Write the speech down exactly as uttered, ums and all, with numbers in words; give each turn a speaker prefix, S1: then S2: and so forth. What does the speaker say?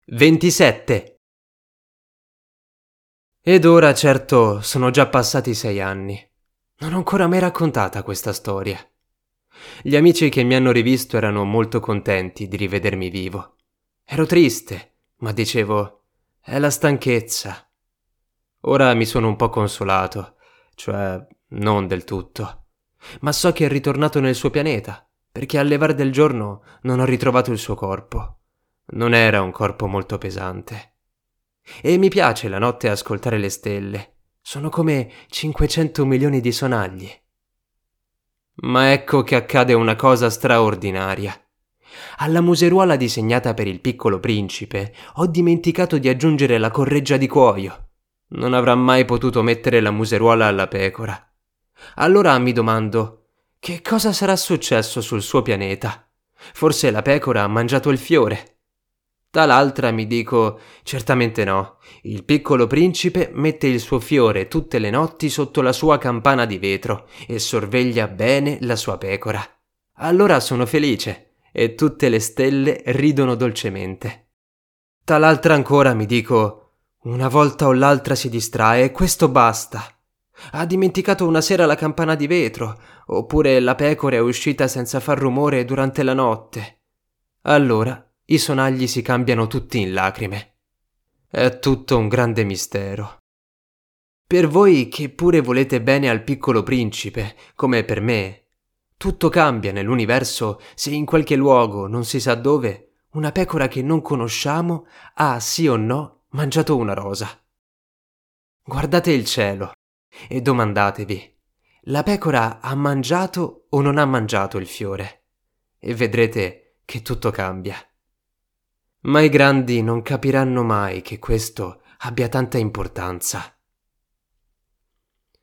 S1: ventisette. Ed ora, certo, sono già passati sei anni. Non ho ancora mai raccontata questa storia. Gli amici che mi hanno rivisto erano molto contenti di rivedermi vivo. Ero triste, ma dicevo, è la stanchezza. Ora mi sono un po' consolato, cioè non del tutto. Ma so che è ritornato nel suo pianeta, perché al levar del giorno non ho ritrovato il suo corpo. Non era un corpo molto pesante. E mi piace la notte ascoltare le stelle. Sono come cinquecento milioni di sonagli. Ma ecco che accade una cosa straordinaria. Alla museruola disegnata per il Piccolo Principe ho dimenticato di aggiungere la correggia di cuoio. Non avrà mai potuto mettere la museruola alla pecora. Allora mi domando, che cosa sarà successo sul suo pianeta? Forse la pecora ha mangiato il fiore. Dall'altra mi dico, certamente no, il Piccolo Principe mette il suo fiore tutte le notti sotto la sua campana di vetro e sorveglia bene la sua pecora. Allora sono felice e tutte le stelle ridono dolcemente. Dall'altra ancora mi dico, una volta o l'altra si distrae e questo basta. Ha dimenticato una sera la campana di vetro, oppure la pecora è uscita senza far rumore durante la notte. Allora i sonagli si cambiano tutti in lacrime. È tutto un grande mistero. Per voi che pure volete bene al Piccolo Principe, come per me, tutto cambia nell'universo se in qualche luogo, non si sa dove, una pecora che non conosciamo ha, sì o no, mangiato una rosa. Guardate il cielo e domandatevi, la pecora ha mangiato o non ha mangiato il fiore? E vedrete che tutto cambia. Ma i grandi non capiranno mai che questo abbia tanta importanza.